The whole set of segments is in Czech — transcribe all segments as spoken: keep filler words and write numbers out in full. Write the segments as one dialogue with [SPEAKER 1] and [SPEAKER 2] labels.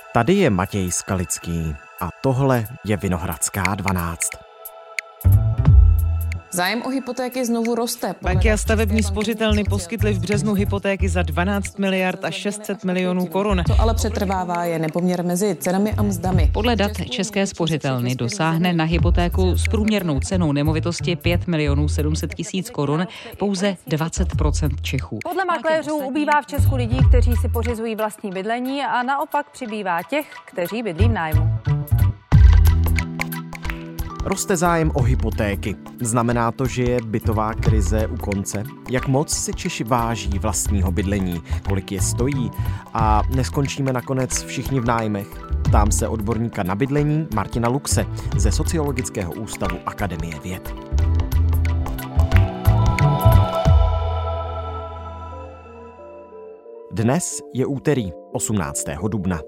[SPEAKER 1] Tady je Matěj Skalický a tohle je Vinohradská dvanáct.
[SPEAKER 2] Zájem o hypotéky znovu roste.
[SPEAKER 3] Banky a stavební spořitelny poskytly v březnu hypotéky za dvanáct miliard a šest set milionů korun.
[SPEAKER 2] Co ale přetrvává, je nepoměr mezi cenami a mzdami.
[SPEAKER 4] Podle dat České spořitelny dosáhne na hypotéku s průměrnou cenou nemovitosti pět milionů sedm set tisíc korun pouze dvacet procent Čechů.
[SPEAKER 5] Podle makléřů ubývá v Česku lidí, kteří si pořizují vlastní bydlení, a naopak přibývá těch, kteří bydlí v nájmu.
[SPEAKER 1] Roste zájem o hypotéky. Znamená to, že je bytová krize u konce? Jak moc si Češi váží vlastního bydlení? Kolik je stojí? A neskončíme nakonec všichni v nájmech? Ptám se odborníka na bydlení Martina Luxe ze Sociologického ústavu Akademie věd. Dnes je úterý osmnáctého dubna.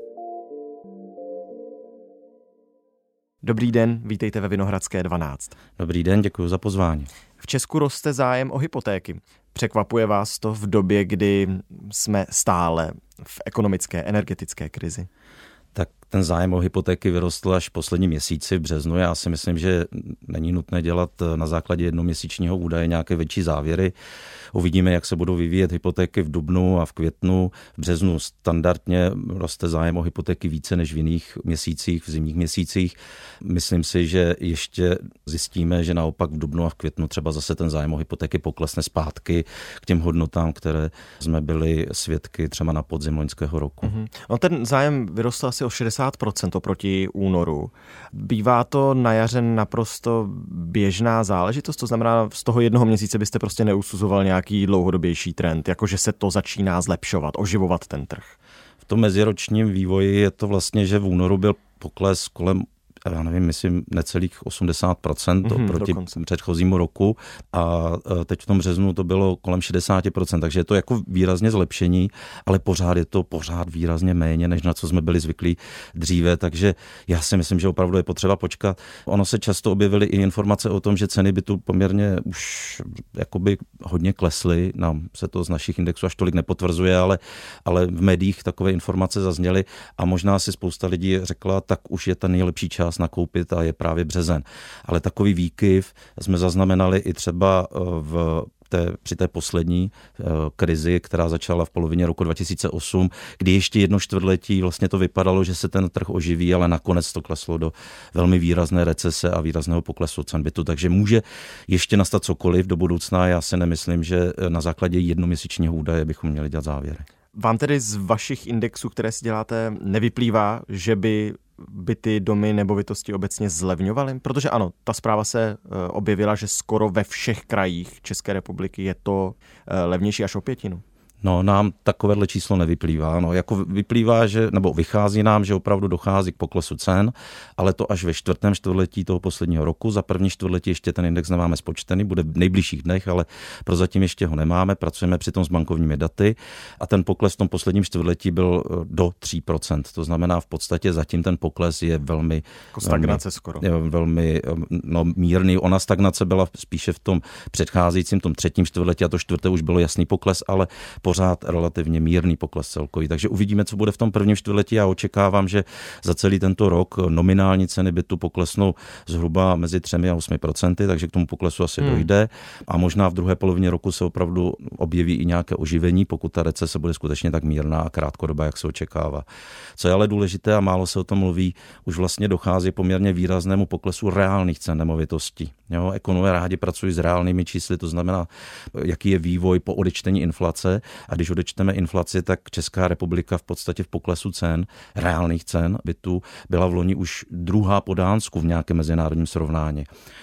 [SPEAKER 1] Dobrý den, vítejte ve Vinohradské dvanáct.
[SPEAKER 6] Dobrý den, děkuji za pozvání.
[SPEAKER 1] V Česku roste zájem o hypotéky. Překvapuje vás to v době, kdy jsme stále v ekonomické, energetické krizi?
[SPEAKER 6] Tak ten zájem o hypotéky vyrostl až v posledním měsíci v březnu. Já si myslím, že není nutné dělat na základě jednoměsíčního údaje nějaké větší závěry. Uvidíme, jak se budou vyvíjet hypotéky v dubnu a v květnu. V březnu standardně roste zájem o hypotéky více než v jiných měsících, v zimních měsících. Myslím si, že ještě zjistíme, že naopak v dubnu a v květnu třeba zase ten zájem o hypotéky poklesne zpátky k těm hodnotám, které jsme byli svědky třeba na podzim loňského roku.
[SPEAKER 1] Mm-hmm. No, ten zájem vyrostl asi o šedesát procent oproti únoru. Bývá to na jaře naprosto běžná záležitost? To znamená, z toho jednoho měsíce byste prostě neusuzoval nějaký dlouhodobější trend, jakože se to začíná zlepšovat, oživovat ten trh?
[SPEAKER 6] V tom meziročním vývoji je to vlastně, že v únoru byl pokles kolem, já nevím, myslím necelých osmdesát procent mm-hmm, oproti dokonce předchozímu roku a teď v tom březnu to bylo kolem šedesát procent, takže je to jako výrazně zlepšení, ale pořád je to pořád výrazně méně, než na co jsme byli zvyklí dříve, takže já si myslím, že opravdu je potřeba počkat. Ono se často objevily i informace o tom, že ceny bytu poměrně už jakoby hodně klesly, nám se to z našich indexů až tolik nepotvrzuje, ale, ale v médiích takové informace zazněly a možná si spousta lidí řekla, tak už je ten nejlepší čas nakoupit a je právě březen. Ale takový výkyv jsme zaznamenali i třeba v té, při té poslední krizi, která začala v polovině roku dva tisíce osm, kdy ještě jedno čtvrtletí vlastně to vypadalo, že se ten trh oživí, ale nakonec to kleslo do velmi výrazné recese a výrazného poklesu cen bytu. Takže může ještě nastat cokoliv do budoucna. Já si nemyslím, že na základě jednoměsíčního údaje bychom měli dělat závěry.
[SPEAKER 1] Vám tedy z vašich indexů, které si děláte, nevyplývá, že by byty, domy, nemovitosti obecně zlevňovaly? Protože ano, ta zpráva se objevila, že skoro ve všech krajích České republiky je to levnější až o pětinu.
[SPEAKER 6] No, nám takovéhle číslo nevyplývá. No, jako vyplývá, že, nebo vychází nám, že opravdu dochází k poklesu cen, ale to až ve čtvrtém čtvrtletí toho posledního roku. Za první čtvrtletí ještě ten index nemáme spočtený, bude v nejbližších dnech, ale prozatím ještě ho nemáme. Pracujeme přitom s bankovními daty a ten pokles v tom posledním čtvrtletí byl do tří procent. To znamená, v podstatě zatím ten pokles je velmi...
[SPEAKER 1] Jako stagnace velmi, skoro.
[SPEAKER 6] Je velmi no, mírný. Ona stagnace byla spíše v tom předcházejícím, tom třetím čtvrtletí a to čtvrté už bylo jasný pokles, ale pořád relativně mírný pokles celkový. Takže uvidíme, co bude v tom prvním čtvrtletí. Já očekávám, že za celý tento rok nominální ceny bytu poklesnou zhruba mezi třemi a osmi procenty, takže k tomu poklesu asi hmm. dojde. A možná v druhé polovině roku se opravdu objeví i nějaké oživení, pokud ta recese bude skutečně tak mírná a krátkodobá, jak se očekává. Co je ale důležité a málo se o tom mluví, už vlastně dochází poměrně výraznému poklesu reálných cen nemovitostí. Jo, ekonomové rádi pracují s reálnými čísly, to znamená, jaký je vývoj po odečtení inflace. A když odečteme inflaci, tak Česká republika v podstatě v poklesu cen, reálných cen bytu, byla v loni už druhá po Dánsku v nějakém mezinárodním srovnání.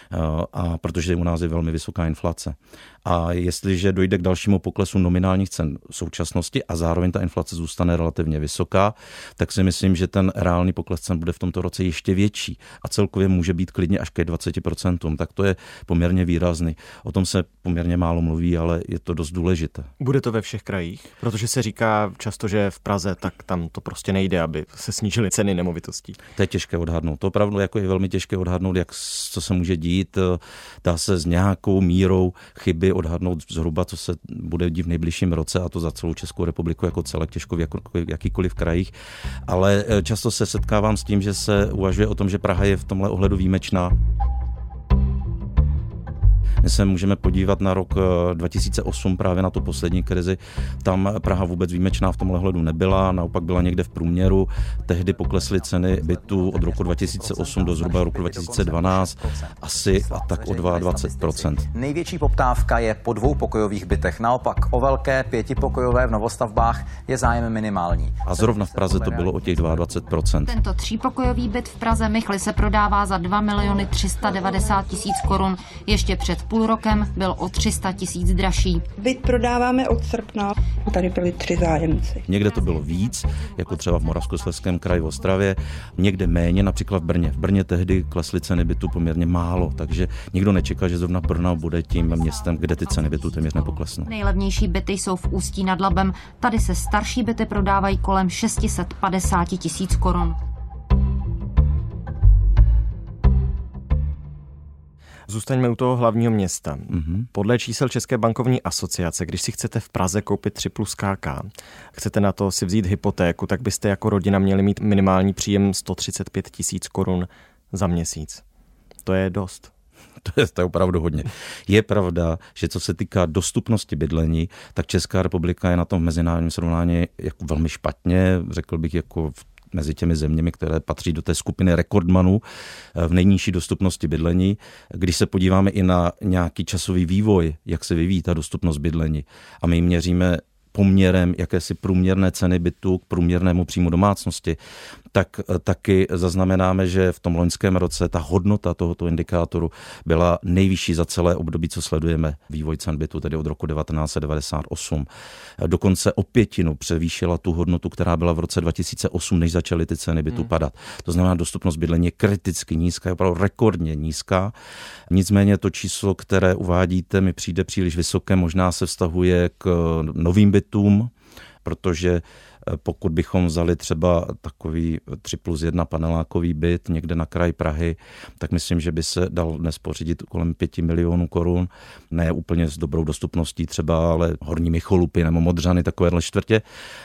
[SPEAKER 6] A protože u nás je velmi vysoká inflace. A jestliže dojde k dalšímu poklesu nominálních cen v současnosti a zároveň ta inflace zůstane relativně vysoká, tak si myslím, že ten reálný pokles cen bude v tomto roce ještě větší a celkově může být klidně až ke dvaceti procentům. Tak to je poměrně výrazný. O tom se poměrně málo mluví, ale je to dost důležité.
[SPEAKER 1] Bude to ve všech krajích? Protože se říká často, že v Praze tak tam to prostě nejde, aby se snížily ceny nemovitostí.
[SPEAKER 6] To je těžké odhadnout. To opravdu jako je velmi těžké odhadnout, jak co se může dít. Dá se s nějakou mírou chyby odhadnout zhruba, co se bude dít v nejbližším roce, a to za celou Českou republiku jako celek, těžko v jakýkoliv krajích. Ale často se setkávám s tím, že se uvažuje o tom, že Praha je v tomhle ohledu výjimečná. My se můžeme podívat na rok dva tisíce osm, právě na tu poslední krizi. Tam Praha vůbec výjimečná v tomhle hledu nebyla, naopak byla někde v průměru. Tehdy poklesly ceny bytů od roku dva tisíce osm do zhruba roku dva tisíce dvanáct asi a tak o dvacet dva procent.
[SPEAKER 7] Největší poptávka je po dvoupokojových bytech. Naopak o velké pětipokojové v novostavbách je zájem minimální.
[SPEAKER 6] A zrovna v Praze to bylo o těch dvacet dva procent.
[SPEAKER 8] Tento třípokojový byt v Praze Michli se prodává za dva miliony tři sta devadesát tisíc korun. Ještě před půl rokem byl o tři sta tisíc dražší.
[SPEAKER 9] Byt prodáváme od srpna. Tady byli tři zájemci.
[SPEAKER 6] Někde to bylo víc, jako třeba v Moravskoslezském kraji v Ostravě, někde méně, například v Brně. V Brně tehdy klesly ceny bytu poměrně málo, takže nikdo nečeká, že zrovna Brno bude tím městem, kde ty ceny bytu téměř nepoklesnou.
[SPEAKER 8] Nejlevnější byty jsou v Ústí nad Labem. Tady se starší byty prodávají kolem šest set padesát tisíc korun.
[SPEAKER 1] Zůstaňme u toho hlavního města.
[SPEAKER 6] Mm-hmm.
[SPEAKER 1] Podle čísel České bankovní asociace, když si chcete v Praze koupit tři plus ká ká, chcete na to si vzít hypotéku, tak byste jako rodina měli mít minimální příjem sto třicet pět tisíc korun za měsíc. To je dost.
[SPEAKER 6] To je, to je opravdu hodně. Je pravda, že co se týká dostupnosti bydlení, tak Česká republika je na tom v mezinárodním srovnání jako velmi špatně, řekl bych jako v mezi těmi zeměmi, které patří do té skupiny rekordmanů v nejnižší dostupnosti bydlení. Když se podíváme i na nějaký časový vývoj, jak se vyvíjí ta dostupnost bydlení, a my měříme poměrem jakési průměrné ceny bytu k průměrnému příjmu domácnosti, tak taky zaznamenáme, že v tom loňském roce ta hodnota tohoto indikátoru byla nejvyšší za celé období, co sledujeme vývoj cen bytu, tedy od roku devatenáct set devadesát osm. Dokonce o pětinu převýšila tu hodnotu, která byla v roce dva tisíce osm, než začaly ty ceny bytu hmm. padat. To znamená, dostupnost bydlení je kriticky nízká, je opravdu rekordně nízká. Nicméně to číslo, které uvádíte, mi přijde příliš vysoké, možná se vztahuje k novým bytům, protože pokud bychom vzali třeba takový tři plus jedna panelákový byt někde na kraji Prahy, tak myslím, že by se dal dnes pořídit kolem pěti milionů korun. Ne úplně s dobrou dostupností třeba, ale Horní Micholupy nebo Modřany, takovéhle čtvrtě.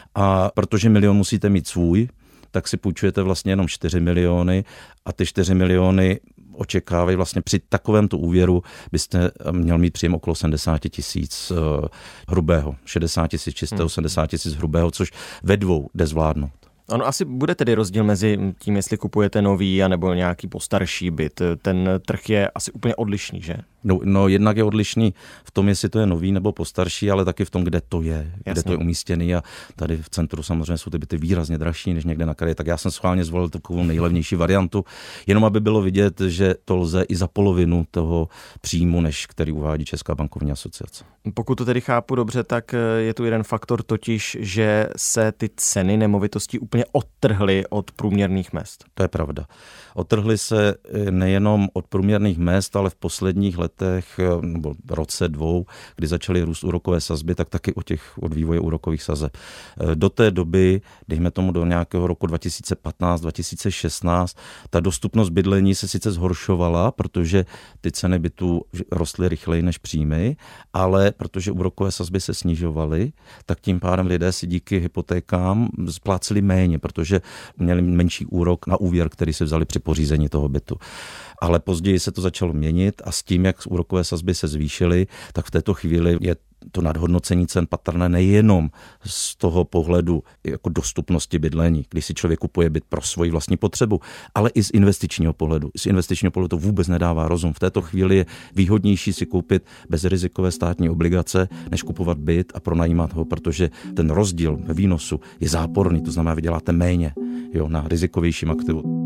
[SPEAKER 6] A protože milion musíte mít svůj, tak si půjčujete vlastně jenom čtyři miliony a ty čtyři miliony očekávají vlastně při takovémto úvěru byste měl mít příjem okolo sedmdesát tisíc hrubého, šedesát tisíc čistého, sedmdesát tisíc hrubého, což ve dvou jde zvládnout.
[SPEAKER 1] Ono asi bude tedy rozdíl mezi tím, jestli kupujete nový anebo nějaký postarší byt. Ten trh je asi úplně odlišný, že?
[SPEAKER 6] No, no jednak je odlišný v tom, jestli to je nový nebo postarší, ale taky v tom, kde to je, Jasně. kde to je umístěný, a tady v centru samozřejmě jsou ty byty výrazně dražší než někde na kraji, tak já jsem schválně zvolil takovou nejlevnější variantu, jenom aby bylo vidět, že to lze i za polovinu toho příjmu, než který uvádí Česká bankovní asociace.
[SPEAKER 1] Pokud to tedy chápu dobře, tak je tu jeden faktor, totiž, že se ty ceny nemovitostí úplně odtrhly od průměrných mezd.
[SPEAKER 6] To je pravda. Odtrhly se nejenom od průměrných mezd, ale v posledních letech, nebo roce dvou, kdy začaly růst úrokové sazby, tak taky od těch od vývoje úrokových sazeb. Do té doby, dejme tomu do nějakého roku dva tisíce patnáct dva tisíce šestnáct, ta dostupnost bydlení se sice zhoršovala, protože ty ceny bytů rostly rychleji než příjmy, ale protože úrokové sazby se snižovaly, tak tím pádem lidé si díky hypotékám spláceli méně, protože měli menší úrok na úvěr, který si vzali při pořízení toho bytu. Ale později se to začalo měnit a s tím, jak úrokové sazby se zvýšily, tak v této chvíli je to nadhodnocení cen patrné nejenom z toho pohledu jako dostupnosti bydlení, když si člověk kupuje byt pro svoji vlastní potřebu, ale i z investičního pohledu. Z investičního pohledu to vůbec nedává rozum. V této chvíli je výhodnější si koupit bezrizikové státní obligace, než kupovat byt a pronajímat ho, protože ten rozdíl ve výnosu je záporný, to znamená, vyděláte méně, jo, na rizikovějším aktivu.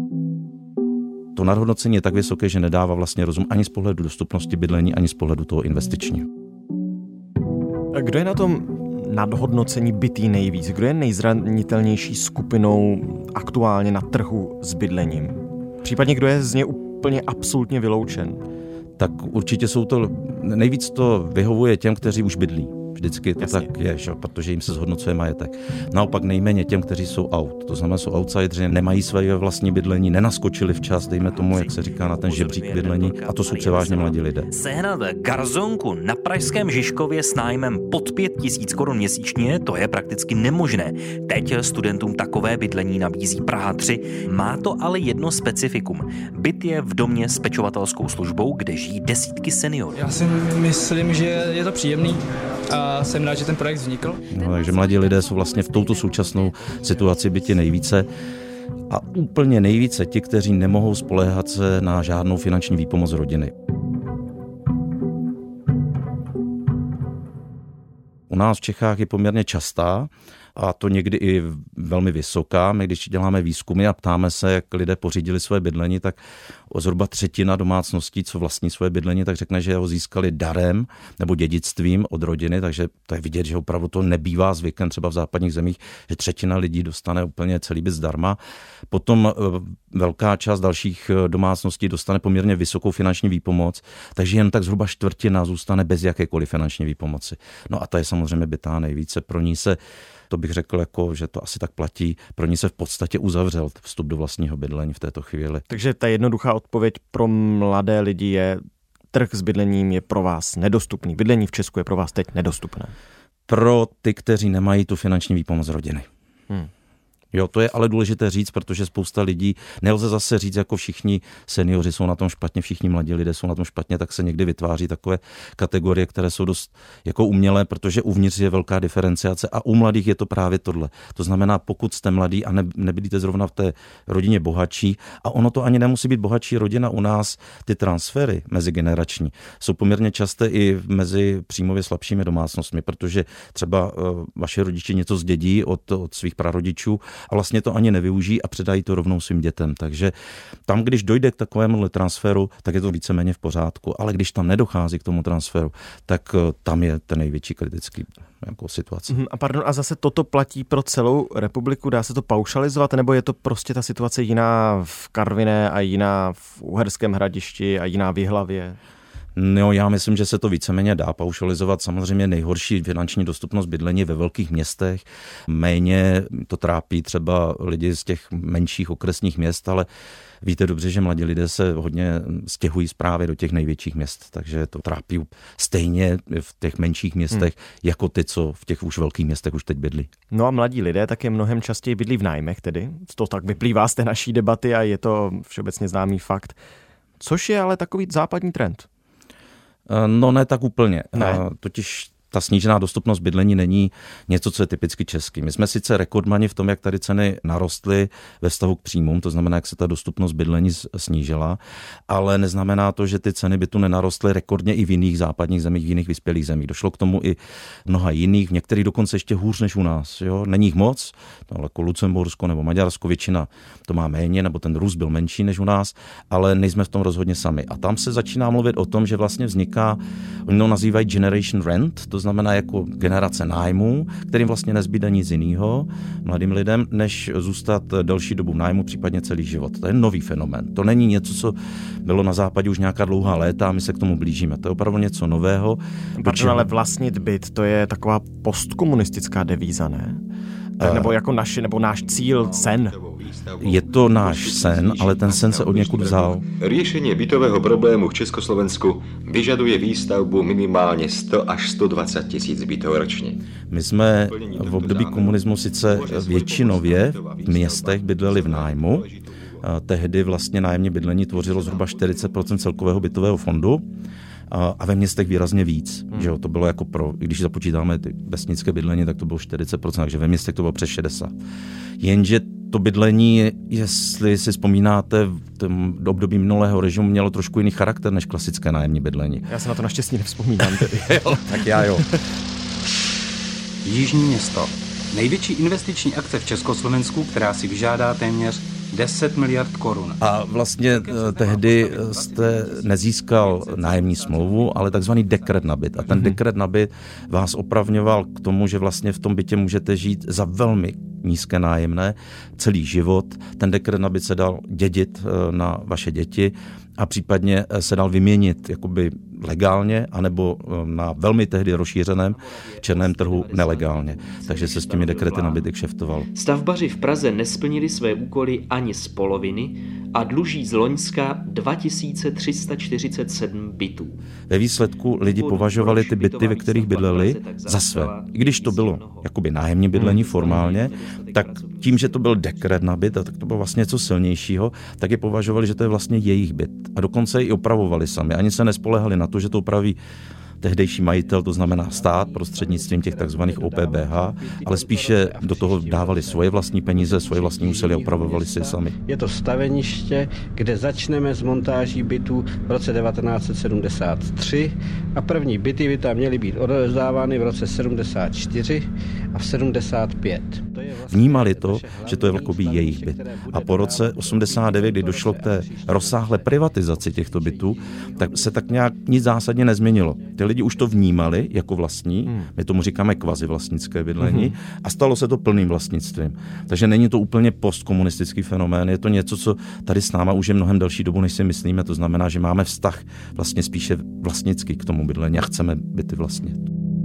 [SPEAKER 6] To nadhodnocení je tak vysoké, že nedává vlastně rozum ani z pohledu dostupnosti bydlení, ani z pohledu toho investičního.
[SPEAKER 1] Kdo je na tom nadhodnocení bytý nejvíc? Kdo je nejzranitelnější skupinou aktuálně na trhu s bydlením? Případně kdo je z něj úplně absolutně vyloučen?
[SPEAKER 6] Tak určitě jsou to, nejvíc to vyhovuje těm, kteří už bydlí. Vždycky to
[SPEAKER 1] Jasně.
[SPEAKER 6] tak je, že? Protože jim se zhodnocuje majetek. Naopak nejméně těm, kteří jsou out. To znamená, jsou outsideri, nemají své vlastní bydlení, nenaskočili včas, dejme tomu, jak se říká, na ten žebřík bydlení, a to jsou převážně mladí lidé.
[SPEAKER 10] Sehnat garzonku na pražském Žižkově s nájmem pod pět tisíc korun měsíčně, to je prakticky nemožné. Teď studentům takové bydlení nabízí Praha tři. Má to ale jedno specifikum. Byt je v domě s pečovatelskou službou, kde žijí desítky seniorů.
[SPEAKER 11] Já si myslím, že je to příjemný a jsem rád, že ten projekt vznikl.
[SPEAKER 6] No, takže mladí lidé jsou vlastně v touto současnou situaci byti nejvíce. A úplně nejvíce ti, kteří nemohou spoléhat se na žádnou finanční výpomoc rodiny. U nás v Čechách je poměrně častá, a to někdy i velmi vysoká. My, když děláme výzkumy a ptáme se, jak lidé pořídili své bydlení, tak o zhruba třetina domácností, co vlastní své bydlení, tak řekne, že ho získali darem nebo dědictvím od rodiny, takže to je vidět, že opravdu to nebývá zvykem třeba v západních zemích, že třetina lidí dostane úplně celý byt zdarma. Potom velká část dalších domácností dostane poměrně vysokou finanční výpomoc, takže jen tak zhruba čtvrtina zůstane bez jakékoliv finanční výpomoci. No a ta je samozřejmě bitá nejvíce. Pro ní se, to bych řekl, jako, že to asi tak platí, pro ní se v podstatě uzavřel vstup do vlastního bydlení v této chvíli.
[SPEAKER 1] Takže ta jednoduchá odpověď pro mladé lidi je, trh s bydlením je pro vás nedostupný. Bydlení v Česku je pro vás teď nedostupné.
[SPEAKER 6] Pro ty, kteří nemají tu finanční výpomoc rodiny.
[SPEAKER 1] Hmm.
[SPEAKER 6] Jo, to je ale důležité říct, protože spousta lidí, nelze zase říct, jako všichni seniori jsou na tom špatně, všichni mladí lidé jsou na tom špatně, tak se někdy vytváří takové kategorie, které jsou dost jako umělé, protože uvnitř je velká diferenciace a u mladých je to právě tohle. To znamená, pokud jste mladý a ne, nebydlíte zrovna v té rodině bohatší, a ono to ani nemusí být bohatší rodina, u nás ty transfery mezigenerační jsou poměrně časté i mezi příjmově slabšími domácnostmi, protože třeba uh, vaše rodiče něco zdědí od, od svých prarodičů a vlastně to ani nevyužijí a předají to rovnou svým dětem. Takže tam, když dojde k takovému transferu, tak je to víceméně v pořádku. Ale když tam nedochází k tomu transferu, tak tam je ten největší kritický jako situace.
[SPEAKER 1] A pardon, a zase toto platí pro celou republiku? Dá se to paušalizovat, nebo je to prostě ta situace jiná v Karviné a jiná v Uherském Hradišti a jiná v Jihlavě?
[SPEAKER 6] No, já myslím, že se to víceméně dá paušalizovat. Samozřejmě nejhorší finanční dostupnost bydlení ve velkých městech. Méně to trápí třeba lidi z těch menších okresních měst, ale víte dobře, že mladí lidé se hodně stěhují právě do těch největších měst, takže to trápí stejně v těch menších městech, hmm. jako ty, co v těch už velkých městech už teď bydlí.
[SPEAKER 1] No a mladí lidé také mnohem častěji bydlí v nájmech tedy. To tak vyplývá z té naší debaty a je to všeobecně známý fakt. Což je ale takový západní trend.
[SPEAKER 6] No ne tak úplně.
[SPEAKER 1] Ne.
[SPEAKER 6] Totiž ta snížená dostupnost bydlení není něco, co je typicky český. My jsme sice rekordmani v tom, jak tady ceny narostly ve vztahu k příjmům, to znamená, jak se ta dostupnost bydlení snížila, ale neznamená to, že ty ceny bytu nenarostly rekordně i v jiných západních zemích, v jiných vyspělých zemích. Došlo k tomu i mnoha jiných, v některých dokonce ještě hůř než u nás. Jo? Není jich moc, no, jako Lucembursko nebo Maďarsko, většina to má méně, nebo ten růst byl menší než u nás, ale nejsme v tom rozhodně sami. A tam se začíná mluvit o tom, že vlastně vzniká, oni to nazývají generation rent, to znamená jako generace nájmů, kterým vlastně nezbyde nic jiného mladým lidem, než zůstat delší dobu v nájmu, případně celý život. To je nový fenomén. To není něco, co bylo na západě už nějaká dlouhá léta a my se k tomu blížíme. To je opravdu něco nového.
[SPEAKER 1] Pardon, ale vlastnit byt, to je taková postkomunistická devíza, ne? Tak nebo jako naši, nebo náš cíl, sen.
[SPEAKER 6] Je to náš sen, ale ten sen se od někud vzal.
[SPEAKER 12] Riešenie bytového problému v Československu vyžaduje výstavbu minimálně sto až sto dvacet tisíc bytov ročně.
[SPEAKER 6] My jsme v období komunismu sice většinově v městech bydleli v nájmu. Tehdy vlastně nájemní bydlení tvořilo zhruba čtyřicet procent celkového bytového fondu. A ve městech výrazně víc. Hmm. Že jo, to bylo jako pro, když započítáme ty vesnické bydlení, tak to bylo čtyřicet procent, takže ve městech to bylo přes šedesát procent. Jenže to bydlení, jestli si vzpomínáte, v tom období minulého režimu mělo trošku jiný charakter než klasické nájemní bydlení.
[SPEAKER 1] Já se na to naštěstí nevzpomínám tedy.
[SPEAKER 6] jo, tak já jo.
[SPEAKER 13] Jižní město. Největší investiční akce v Československu, která si vyžádá téměř deset miliard korun.
[SPEAKER 6] A vlastně tehdy jste nezískal nájemní smlouvu, ale takzvaný dekret na byt. A ten mm-hmm. dekret na byt vás opravňoval k tomu, že vlastně v tom bytě můžete žít za velmi nízké nájemné celý život. Ten dekret na byt se dal dědit na vaše děti a případně se dal vyměnit jakoby legálně, anebo na velmi tehdy rozšířeném černém trhu nelegálně. Takže se s těmi dekrety na byty kšeftovalo.
[SPEAKER 14] Stavbaři v Praze nesplnili své úkoly ani z poloviny a dluží z loňska dva tisíce tři sta čtyřicet sedm bytů.
[SPEAKER 6] Ve výsledku lidi považovali ty byty, ve kterých bydleli, za své. I když to bylo jakoby nájemní bydlení formálně, tak tím, že to byl dekret na byt, a tak to bylo vlastně něco silnějšího, tak je považovali, že to je vlastně jejich byt. A dokonce i opravovali sami. Ani se nespolehali na to, že to opraví tehdejší majitel, to znamená stát, prostřednictvím těch takzvaných O P B H, ale spíše do toho dávali svoje vlastní peníze, svoje vlastní úsilí a opravovali si je sami.
[SPEAKER 15] Je to staveniště, kde začneme s montáží bytů v roce devatenáct set sedmdesát tři a první byty by tam měly být odevzdávány v roce sedmdesát čtyři a v sedmdesát pět.
[SPEAKER 6] Vnímali to, že to je jakoby jejich byt. A po roce osmdesát devět, kdy došlo k té rozsáhlé privatizaci těchto bytů, tak se tak nějak nic zásadně nezměnilo. Ty lidi už to vnímali jako vlastní, hmm. my tomu říkáme kvazivlastnické bydlení, hmm. a stalo se to plným vlastnictvím. Takže není to úplně postkomunistický fenomén, je to něco, co tady s náma už je mnohem delší dobu, než si myslíme. To znamená, že máme vztah vlastně spíše vlastnický k tomu bydlení a chceme byty vlastnit.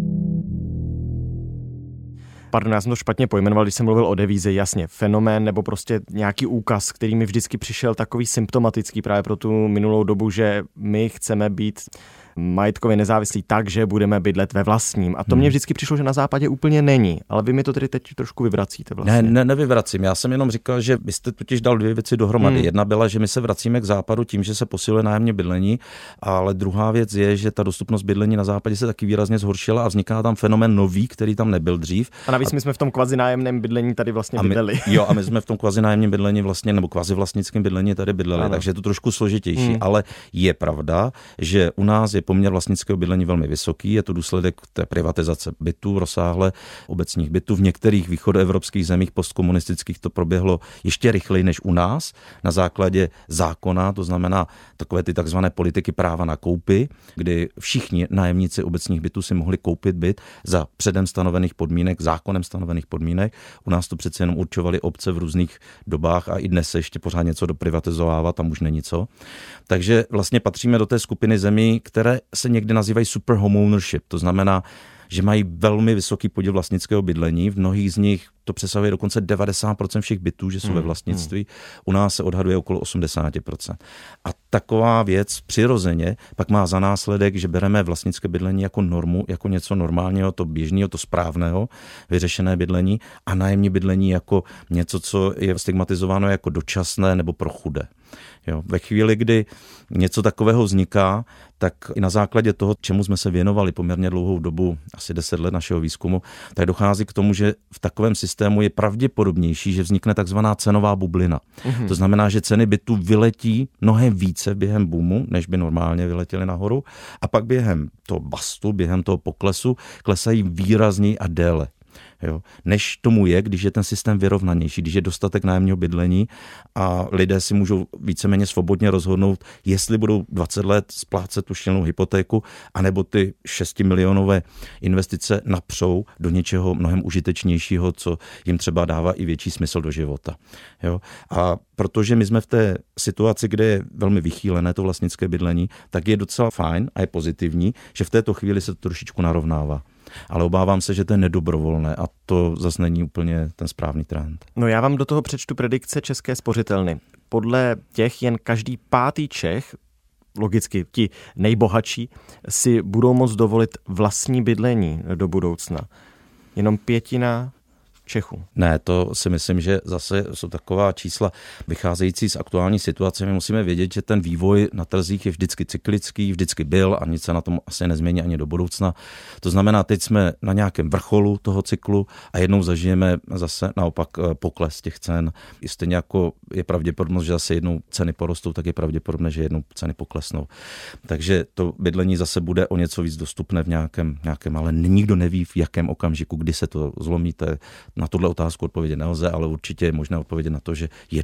[SPEAKER 1] Pardon, já jsem to špatně pojmenoval, když jsem mluvil o devíze, jasně, fenomén nebo prostě nějaký úkaz, který mi vždycky přišel takový symptomatický právě pro tu minulou dobu, že my chceme být majetkově nezávislí tak, že budeme bydlet ve vlastním. A to mně vždycky přišlo, že na západě úplně není. Ale vy mi to tedy teď trošku vyvracíte vlastně.
[SPEAKER 6] Ne, ne, nevyvracím. Já jsem jenom říkal, že vy jste totiž dal dvě věci dohromady. Hmm. Jedna byla, že my se vracíme k západu tím, že se posiluje nájemní bydlení, ale druhá věc je, že ta dostupnost bydlení na západě se taky výrazně zhoršila a vzniká tam fenomén nový, který tam nebyl dřív.
[SPEAKER 1] A navíc a... my jsme v tom kvazinájemném bydlení tady vlastně
[SPEAKER 6] a my,
[SPEAKER 1] bydleli.
[SPEAKER 6] Jo, a my jsme v tom kvazinájemním bydlení vlastně nebo kvazivlastnickém bydlení tady bydleli, ano. Takže je to trošku složitější, hmm. ale je pravda, že u nás je poměr vlastnického bydlení velmi vysoký, je to důsledek té privatizace bytů, rozsáhle obecních bytů. V některých východoevropských zemích postkomunistických to proběhlo ještě rychleji než u nás, na základě zákona, to znamená takové ty takzvané politiky práva na koupy, kdy všichni nájemníci obecních bytů si mohli koupit byt za předem stanovených podmínek, zákonem stanovených podmínek. U nás to přece jenom určovaly obce v různých dobách a i dnes se ještě pořád něco doprivatizovává, tam už není co. Takže vlastně patříme do té skupiny zemí, které se někdy nazývají super homeownership, to znamená, že mají velmi vysoký podíl vlastnického bydlení, v mnohých z nich to přesahuje dokonce devadesát procent všech bytů, že jsou hmm. ve vlastnictví, u nás se odhaduje okolo osmdesát procent. A taková věc přirozeně pak má za následek, že bereme vlastnické bydlení jako normu, jako něco normálního, to běžného, to správného, vyřešené bydlení a nájemní bydlení jako něco, co je stigmatizováno jako dočasné nebo pro chudé. Jo, ve chvíli, kdy něco takového vzniká, tak i na základě toho, čemu jsme se věnovali poměrně dlouhou dobu, asi deset let našeho výzkumu, tak dochází k tomu, že v takovém systému je pravděpodobnější, že vznikne takzvaná cenová bublina. Mm-hmm. To znamená, že ceny bytu vyletí mnohem více během boomu, než by normálně vyletěly nahoru, a pak během toho bastu, během toho poklesu klesají výrazněji a déle. Jo, než tomu je, když je ten systém vyrovnanější, když je dostatek nájemního bydlení a lidé si můžou víceméně svobodně rozhodnout, jestli budou dvacet let splácet tu šílenou hypotéku, anebo ty šestimilionové investice napřou do něčeho mnohem užitečnějšího, co jim třeba dává i větší smysl do života. Jo, a protože my jsme v té situaci, kde je velmi vychýlené to vlastnické bydlení, tak je docela fajn a je pozitivní, že v této chvíli se to trošičku narovnává. Ale obávám se, že to je nedobrovolné a to zase není úplně ten správný trend.
[SPEAKER 1] No já vám do toho přečtu predikce České spořitelny. Podle těch jen každý pátý Čech, logicky ti nejbohatší, si budou moct dovolit vlastní bydlení do budoucna. Jenom pětina Čechů.
[SPEAKER 6] Ne, to si myslím, že zase jsou taková čísla vycházející z aktuální situace. My musíme vědět, že ten vývoj na trzích je vždycky cyklický, vždycky byl a nic se na tom asi nezmění ani do budoucna. To znamená, teď jsme na nějakém vrcholu toho cyklu a jednou zažijeme zase naopak pokles těch cen. I stejně jako je pravděpodobnost, že zase jednou ceny porostou, tak je pravděpodobné, že jednou ceny poklesnou. Takže to bydlení zase bude o něco víc dostupné v nějakém, nějakém ale nikdo neví, v jakém okamžiku, kdy se to zlomíte. Na tuhle otázku odpovědět nelze, ale určitě je možné odpovědět na to, že jednou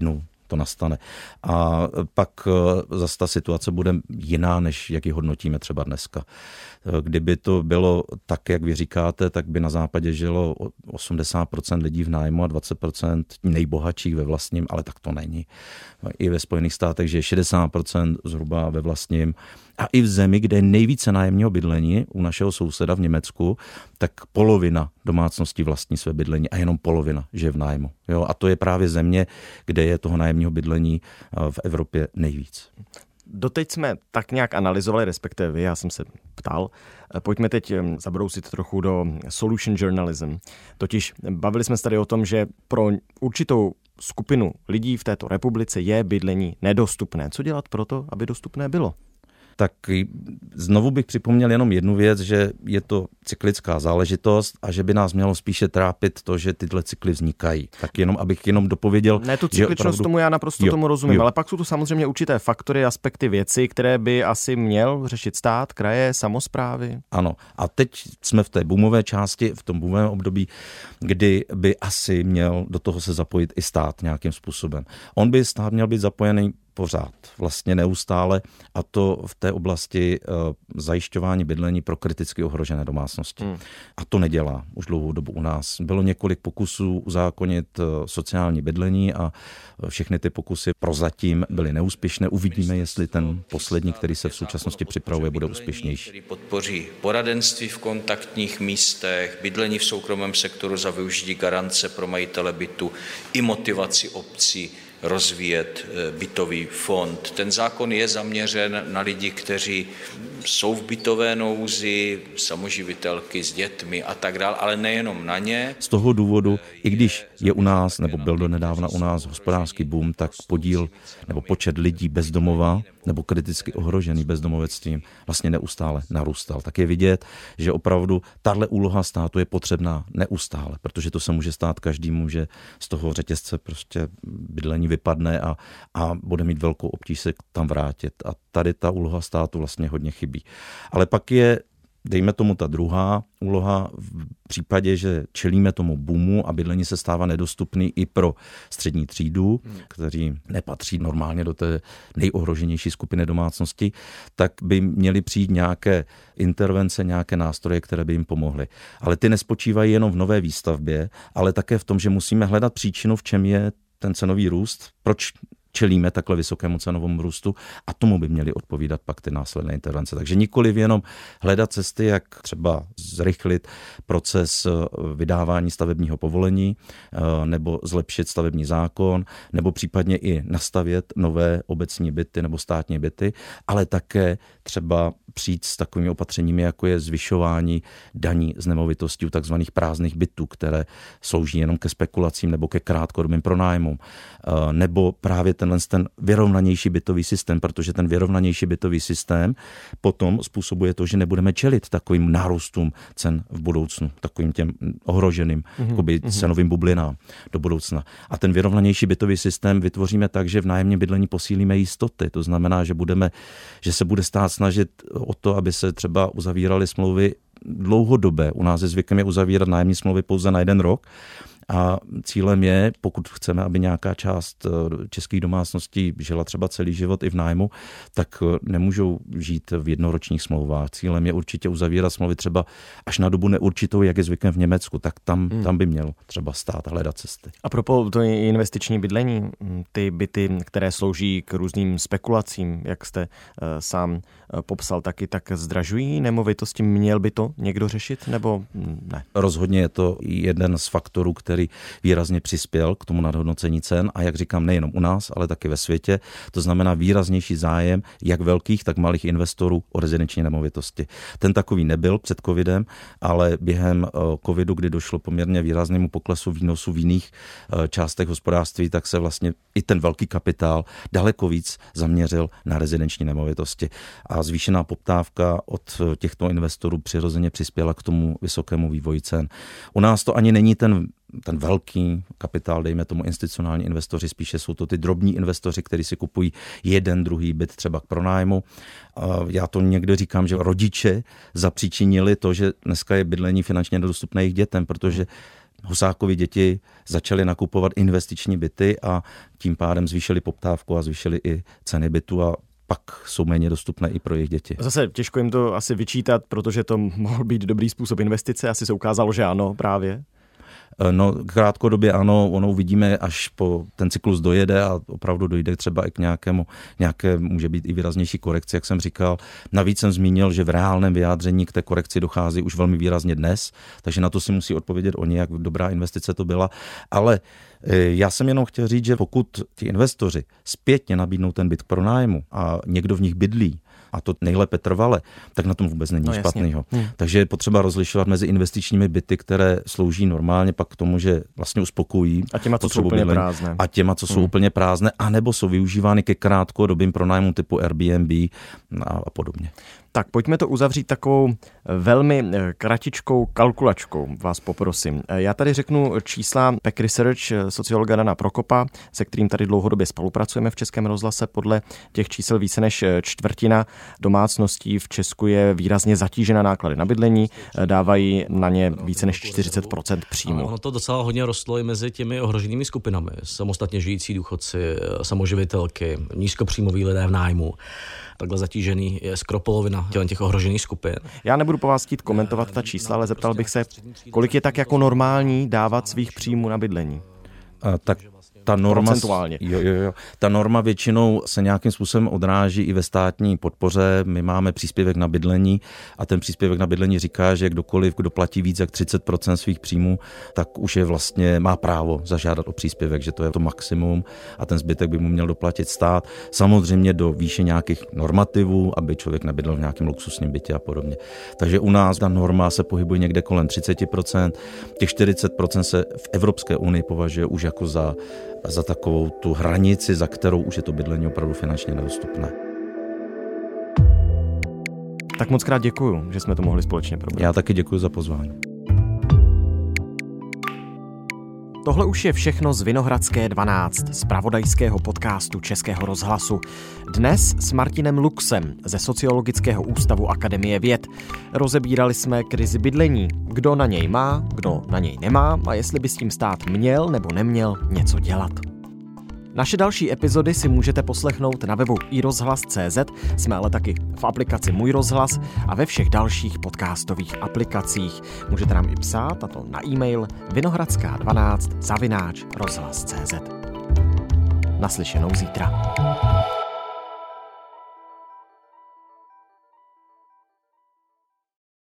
[SPEAKER 6] to nastane. A pak zase ta situace bude jiná, než jak ji hodnotíme třeba dneska. Kdyby to bylo tak, jak vy říkáte, tak by na západě žilo osmdesát procent lidí v nájmu a dvacet procent nejbohatších ve vlastním, ale tak to není. I ve Spojených státech žije šedesát procent zhruba ve vlastním. A i v zemi, kde je nejvíce nájemního bydlení, u našeho souseda v Německu, tak polovina domácností vlastní své bydlení a jenom polovina žije v nájmu. Jo? A to je právě země, kde je toho nájemního bydlení v Evropě nejvíc.
[SPEAKER 1] Doteď jsme tak nějak analyzovali, respektive vy, já jsem se ptal. Pojďme teď zabrousit trochu do solution journalism. Totiž bavili jsme se tady o tom, že pro určitou skupinu lidí v této republice je bydlení nedostupné. Co dělat pro to, aby dostupné bylo?
[SPEAKER 6] Tak znovu bych připomněl jenom jednu věc, že je to cyklická záležitost a že by nás mělo spíše trápit to, že tyhle cykly vznikají. Tak jenom, abych jenom dopověděl.
[SPEAKER 1] Ne, tu cykličnost opravdu... tomu já naprosto jo, tomu rozumím, jo. Ale pak jsou tu samozřejmě určité faktory, aspekty, věci, které by asi měl řešit stát, kraje, samosprávy.
[SPEAKER 6] Ano, a teď jsme v té boomové části, v tom boomovém období, kdy by asi měl do toho se zapojit i stát nějakým způsobem. On by stát měl být zapojený pořád, vlastně neustále, a to v té oblasti uh, zajišťování bydlení pro kriticky ohrožené domácnosti. Hmm. A to nedělá už dlouhou dobu u nás. Bylo několik pokusů uzákonit uh, sociální bydlení a uh, všechny ty pokusy prozatím byly neúspěšné. Uvidíme, jestli ten poslední, který se v současnosti připravuje, bude úspěšnější.
[SPEAKER 16] Který podpoří poradenství v kontaktních místech, bydlení v soukromém sektoru za využití garance pro majitele bytu i motivaci obcí rozvíjet bytový fond. Ten zákon je zaměřen na lidi, kteří jsou v bytové nouzi, samoživitelky s dětmi a tak dále, ale nejenom na ně.
[SPEAKER 6] Z toho důvodu, i když je u nás, nebo byl donedávna u nás hospodářský boom, tak podíl nebo počet lidí bezdomova nebo kriticky ohrožený bezdomovectvím vlastně neustále narůstal. Tak je vidět, že opravdu tahle úloha státu je potřebná neustále, protože to se může stát každému, že z toho řetězce prostě bydlení vypadne a, a bude mít velkou obtíž se tam vrátit. A tady ta úloha státu vlastně hodně chybí. Ale pak je, dejme tomu, ta druhá úloha v případě, že čelíme tomu boomu a bydlení se stává nedostupný i pro střední třídu, hmm. kteří nepatří normálně do té nejohroženější skupiny domácnosti, tak by měly přijít nějaké intervence, nějaké nástroje, které by jim pomohly. Ale ty nespočívají jenom v nové výstavbě, ale také v tom, že musíme hledat příčinu, v čem je ten cenový růst, proč čelíme takhle vysokému cenovému růstu, a tomu by měly odpovídat pak ty následné intervence. Takže nikoliv jenom hledat cesty, jak třeba zrychlit proces vydávání stavebního povolení nebo zlepšit stavební zákon, nebo případně i nastavět nové obecní byty nebo státní byty, ale také třeba přijít s takovými opatřeními, jako je zvyšování daní z nemovitostí u takzvaných prázdných bytů, které slouží jenom ke spekulacím nebo ke krátkodobým pronájmům, nebo právě ten ten vyrovnanější bytový systém, protože ten vyrovnanější bytový systém potom způsobuje to, že nebudeme čelit takovým nárůstům cen v budoucnu, takovým těm ohroženým mm-hmm. jakoby cenovým bublinám do budoucna. A ten vyrovnanější bytový systém vytvoříme tak, že v nájemním bydlení posílíme jistoty. To znamená, že budeme, že se bude stát snažit o to, aby se třeba uzavíraly smlouvy dlouhodobé. U nás je zvykem je uzavírat nájemní smlouvy pouze na jeden rok. A cílem je, pokud chceme, aby nějaká část českých domácností žila třeba celý život i v nájmu, tak nemůžou žít v jednoročních smlouvách. Cílem je určitě uzavírat smlouvy třeba až na dobu neurčitou, jak je zvykem v Německu, tak tam, hmm. tam by měl třeba stát a hledat cesty.
[SPEAKER 1] A propos to investiční bydlení, ty byty, které slouží k různým spekulacím, jak jste uh, sám uh, popsal, taky tak zdražují nemovitosti. Měl by to někdo řešit, nebo ne?
[SPEAKER 6] Rozhodně je to jeden z faktorů, který který výrazně přispěl k tomu nadhodnocení cen a jak říkám, nejenom u nás, ale taky ve světě. To znamená výraznější zájem jak velkých, tak malých investorů o rezidenční nemovitosti. Ten takový nebyl před covidem, ale během covidu, kdy došlo poměrně výraznému poklesu výnosů v jiných částech hospodářství, tak se vlastně i ten velký kapitál daleko víc zaměřil na rezidenční nemovitosti. A zvýšená poptávka od těchto investorů přirozeně přispěla k tomu vysokému vývoji cen. U nás to ani není ten ten velký kapitál, dejme tomu institucionální investoři, spíše jsou to ty drobní investoři, kteří si kupují jeden, druhý byt třeba k pronájmu. Já to někde říkám, že rodiče zapříčinili to, že dneska je bydlení finančně nedostupné jejich dětem, protože Husákovy děti začaly nakupovat investiční byty a tím pádem zvýšili poptávku a zvýšili i ceny bytu a pak jsou méně dostupné i pro jejich děti.
[SPEAKER 1] Zase těžko jim to asi vyčítat, protože to mohl být dobrý způsob investice, asi se ukázalo, že ano právě.
[SPEAKER 6] No, krátkodobě ano, ono uvidíme, až po ten cyklus dojede a opravdu dojde třeba i k nějakému, nějaké může být i výraznější korekci, jak jsem říkal. Navíc jsem zmínil, že v reálném vyjádření k té korekci dochází už velmi výrazně dnes, takže na to si musí odpovědět oni, jak dobrá investice to byla. Ale já jsem jenom chtěl říct, že pokud ti investoři zpětně nabídnou ten byt k pronájmu a někdo v nich bydlí, a to nejlépe trvale, tak na tom vůbec není no, špatnýho. Hmm. Takže je potřeba rozlišovat mezi investičními byty, které slouží normálně pak k tomu, že vlastně uspokojí
[SPEAKER 1] a těma, co jsou úplně bydlení, prázdné.
[SPEAKER 6] A těma, co jsou hmm. úplně prázdné, anebo jsou využívány ke krátkodobým pronájmům typu Airbnb a, a podobně.
[SPEAKER 1] Tak pojďme to uzavřít takovou velmi kratičkou kalkulačkou, vás poprosím. Já tady řeknu čísla P E C Research sociologa Dana Prokopa, se kterým tady dlouhodobě spolupracujeme v Českém rozhlase. Podle těch čísel více než čtvrtina domácností v Česku je výrazně zatížena náklady na bydlení, dávají na ně více než čtyřicet procent příjmu.
[SPEAKER 17] Ono to docela hodně rostlo i mezi těmi ohroženými skupinami. Samostatně žijící důchodci, samoživitelky, nízkopříjmoví lidé v nájmu. Takhle zatížený je skoro polovina těch ohrožených skupin.
[SPEAKER 1] Já nebudu po vás chtít komentovat ta čísla, ale zeptal bych se, kolik je tak jako normální dávat svých příjmů na bydlení?
[SPEAKER 6] A tak ta norma, jo, jo, jo. Ta norma většinou se nějakým způsobem odráží i ve státní podpoře. My máme příspěvek na bydlení a ten příspěvek na bydlení říká, že kdokoliv, kdo platí víc jak třicet procent svých příjmů, tak už je vlastně má právo zažádat o příspěvek, že to je to maximum a ten zbytek by mu měl doplatit stát. Samozřejmě do výše nějakých normativů, aby člověk nebydlel v nějakém luxusním bytě a podobně. Takže u nás ta norma se pohybuje někde kolem třicet procent. Těch čtyřicet procent se v Evropské unii považuje už jako za za takovou tu hranici, za kterou už je to bydlení opravdu finančně nedostupné.
[SPEAKER 1] Tak moc krát děkuju, že jsme to mohli společně probrat.
[SPEAKER 6] Já taky děkuji za pozvání.
[SPEAKER 1] Tohle už je všechno z Vinohradské dvanáct, z zpravodajského podcastu Českého rozhlasu. Dnes s Martinem Luxem ze Sociologického ústavu Akademie věd. Rozebírali jsme krizi bydlení, kdo na něj má, kdo na něj nemá a jestli by s tím stát měl nebo neměl něco dělat. Naše další epizody si můžete poslechnout na webu i rozhlas tečka cé zet, jsme ale taky v aplikaci Můj rozhlas a ve všech dalších podcastových aplikacích. Můžete nám i psát, a to na e-mail vinohradská dvanáct zavináč rozhlas tečka cé zet. Naslyšenou zítra.